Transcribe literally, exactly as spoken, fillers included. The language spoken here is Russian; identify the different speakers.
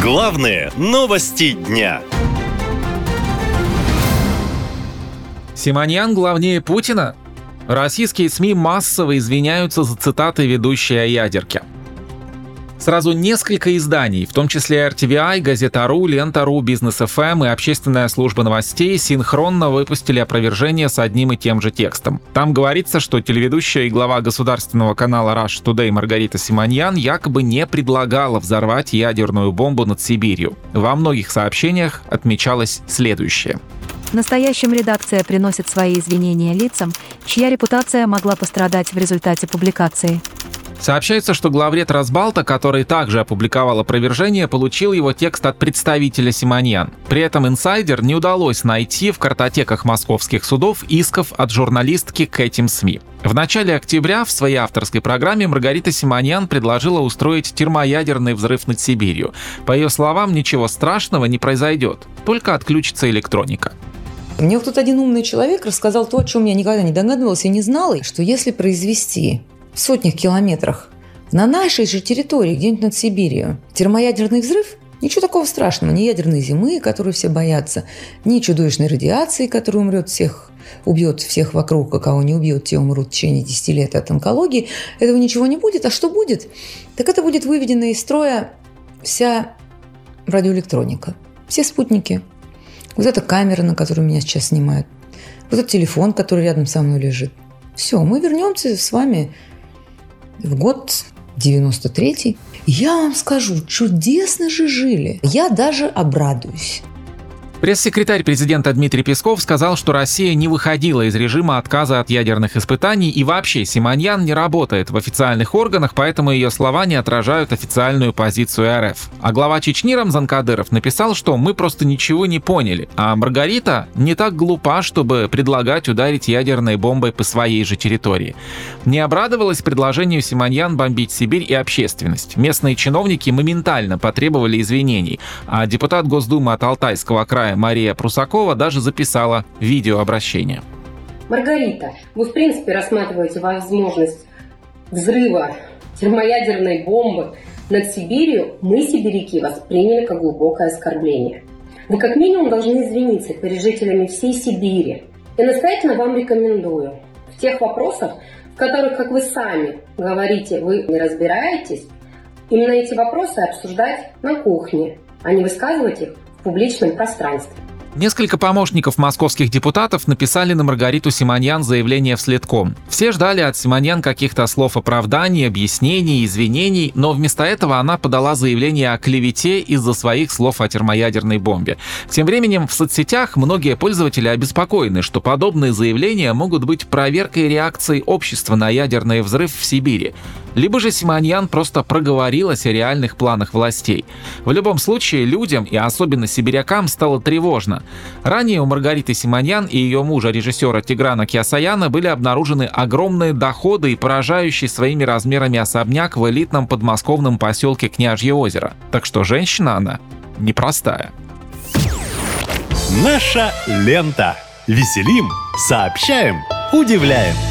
Speaker 1: Главные новости дня.
Speaker 2: Симоньян главнее Путина? Российские СМИ массово извиняются за цитаты ведущей о ядерке. Сразу несколько изданий, в том числе эр ти ви ай, Газета.ру, Лента.ру, Бизнес.эф эм и Общественная служба новостей синхронно выпустили опровержение с одним и тем же текстом. Там говорится, что телеведущая и глава государственного канала Russia Today Маргарита Симоньян якобы не предлагала взорвать ядерную бомбу над Сибирью. Во многих сообщениях отмечалось следующее.
Speaker 3: В настоящем редакция приносит свои извинения лицам, чья репутация могла пострадать в результате публикации.
Speaker 2: Сообщается, что главред Росбалта, который также опубликовал опровержение, получил его текст от представителя Симоньян. При этом инсайдер не удалось найти в картотеках московских судов исков от журналистки к этим СМИ. В начале октября в своей авторской программе Маргарита Симоньян предложила устроить термоядерный взрыв над Сибирью. По ее словам, ничего страшного не произойдет, только отключится электроника.
Speaker 4: Мне вот тут один умный человек рассказал то, о чем я никогда не догадывалась и не знала, что если произвести в сотнях километрах на нашей же территории, где-нибудь над Сибирью, термоядерный взрыв, ничего такого страшного, ни ядерной зимы, которую все боятся, ни чудовищной радиации, которая умрет всех, убьет всех вокруг, а кого не убьет, те умрут в течение десяти лет от онкологии. Этого ничего не будет. А что будет? Так это будет выведена из строя вся радиоэлектроника, все спутники. Вот эта камера, на которую меня сейчас снимают, вот этот телефон, который рядом со мной лежит. Все, мы вернемся с вами в год девяносто третий. Я вам скажу, чудесно же жили. Я даже обрадуюсь.
Speaker 2: Пресс-секретарь президента Дмитрий Песков сказал, что Россия не выходила из режима отказа от ядерных испытаний, и вообще Симоньян не работает в официальных органах, поэтому ее слова не отражают официальную позицию эр эф. А глава Чечни Рамзан Кадыров написал, что мы просто ничего не поняли, а Маргарита не так глупа, чтобы предлагать ударить ядерной бомбой по своей же территории. Не обрадовалась предложению Симоньян бомбить Сибирь и общественность. Местные чиновники моментально потребовали извинений, а депутат Госдумы от Алтайского края Мария Прусакова даже записала видеообращение.
Speaker 5: Маргарита, вы в принципе рассматриваете возможность взрыва термоядерной бомбы над Сибирью, мы, сибиряки, восприняли как глубокое оскорбление. Вы как минимум должны извиниться перед жителями всей Сибири. И настоятельно вам рекомендую в тех вопросах, в которых, как вы сами говорите, вы не разбираетесь, именно эти вопросы обсуждать на кухне, а не высказывать их в публичном пространстве.
Speaker 2: Несколько помощников московских депутатов написали на Маргариту Симоньян заявление в следком. Все ждали от Симоньян каких-то слов оправданий, объяснений, извинений, но вместо этого она подала заявление о клевете из-за своих слов о термоядерной бомбе. Тем временем в соцсетях многие пользователи обеспокоены, что подобные заявления могут быть проверкой реакции общества на ядерный взрыв в Сибири. Либо же Симоньян просто проговорилась о реальных планах властей. В любом случае, людям, и особенно сибирякам, стало тревожно. Ранее у Маргариты Симоньян и ее мужа, режиссера Тиграна Кеосаяна, были обнаружены огромные доходы и поражающий своими размерами особняк в элитном подмосковном поселке Княжье озеро. Так что женщина она непростая.
Speaker 1: Наша лента. Веселим, сообщаем, удивляем.